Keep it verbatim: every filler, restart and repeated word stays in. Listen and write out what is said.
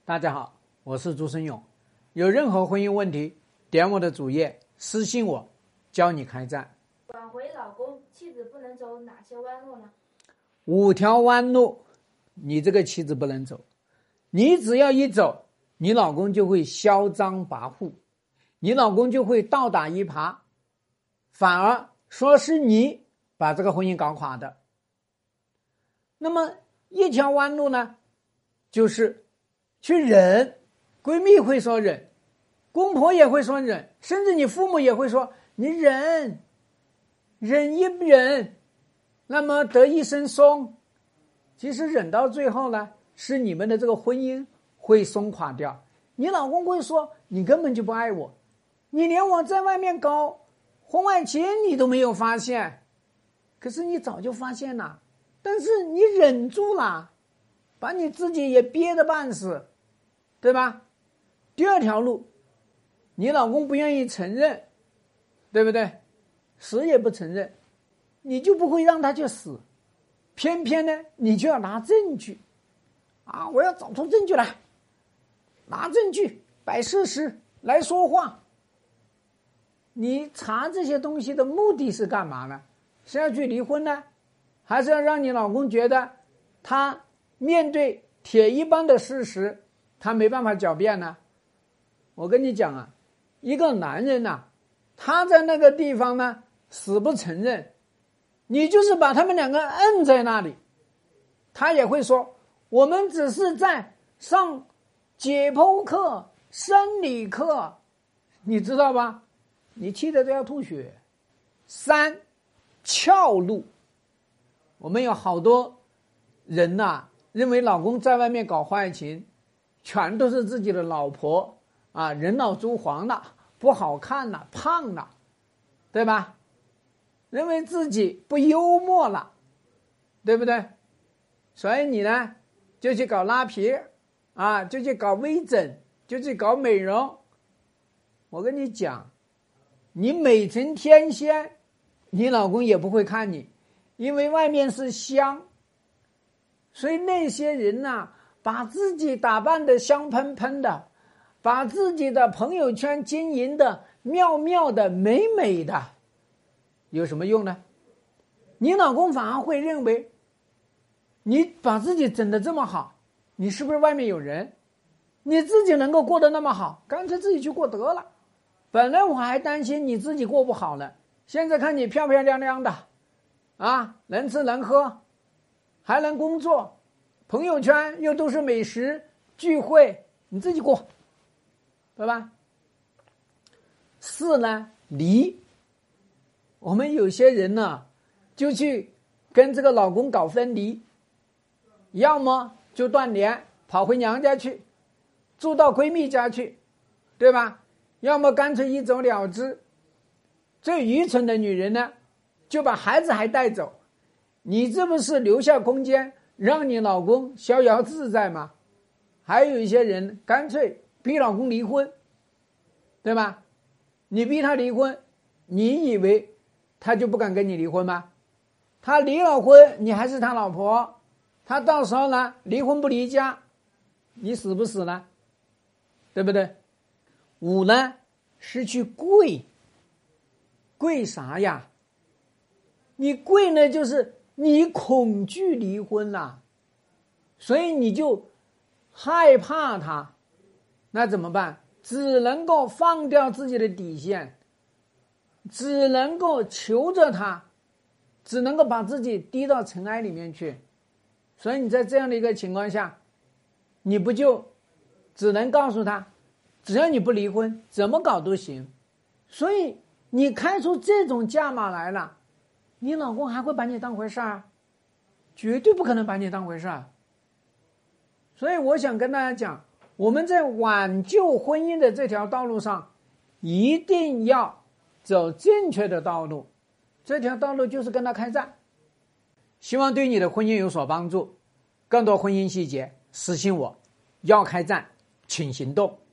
大家好，我是朱生勇。有任何婚姻问题，点我的主页私信我，教你开战。 挽回老公，妻子不能走哪些弯路呢？ 五条弯路，你这个妻子不能走。你只要一走，你老公就会嚣张跋扈，你老公就会倒打一耙，反而说是你把这个婚姻搞垮的。那么一条弯路呢，就是去忍。闺蜜会说忍，公婆也会说忍，甚至你父母也会说你忍，忍一忍，那么得一身松。其实忍到最后呢，是你们的这个婚姻会松垮掉。你老公会说你根本就不爱我，你连我在外面搞婚外情你都没有发现，可是你早就发现了，但是你忍住了，把你自己也憋得半死，对吧？第二条路，你老公不愿意承认，对不对？死也不承认，你就不会让他去死，偏偏呢你就要拿证据啊！我要找出证据来，拿证据摆事实来说话。你查这些东西的目的是干嘛呢？是要去离婚呢，还是要让你老公觉得他面对铁一般的事实他没办法狡辩呢？我跟你讲啊，一个男人呐、啊，他在那个地方呢死不承认，你就是把他们两个摁在那里，他也会说我们只是在上解剖课生理课，你知道吧？你气得都要吐血。三，撬路。我们有好多人呐、啊，认为老公在外面搞婚外情全都是自己的老婆啊，人老珠黄了，不好看了，胖了，对吧？认为自己不幽默了，对不对？所以你呢就去搞拉皮啊，就去搞微整，就去搞美容。我跟你讲，你美成天仙，你老公也不会看你，因为外面是香。所以那些人呐、啊，把自己打扮得香喷喷的，把自己的朋友圈经营的妙妙的美美的，有什么用呢？你老公反而会认为你把自己整得这么好，你是不是外面有人？你自己能够过得那么好，干脆自己去过得了。本来我还担心你自己过不好呢，现在看你漂漂亮亮的啊，能吃能喝，还能工作，朋友圈又都是美食聚会，你自己过，对吧？四呢，离。我们有些人呢就去跟这个老公搞分离，要么就断联，跑回娘家去，住到闺蜜家去，对吧？要么干脆一走了之。最愚蠢的女人呢，就把孩子还带走，你这不是留下空间让你老公逍遥自在吗？还有一些人干脆逼老公离婚，对吧？你逼他离婚，你以为他就不敢跟你离婚吗？他离了婚，你还是他老婆，他到时候呢离婚不离家，你死不死呢？对不对？五呢是去跪。跪啥呀？你跪呢就是你恐惧离婚啦，所以你就害怕他，那怎么办？只能够放掉自己的底线，只能够求着他，只能够把自己低到尘埃里面去。所以你在这样的一个情况下，你不就只能告诉他，只要你不离婚，怎么搞都行。所以你开出这种价码来了，你老公还会把你当回事儿？绝对不可能把你当回事儿。所以我想跟大家讲，我们在挽救婚姻的这条道路上，一定要走正确的道路，这条道路就是跟他开战。希望对你的婚姻有所帮助。更多婚姻细节私信我，要开战请行动。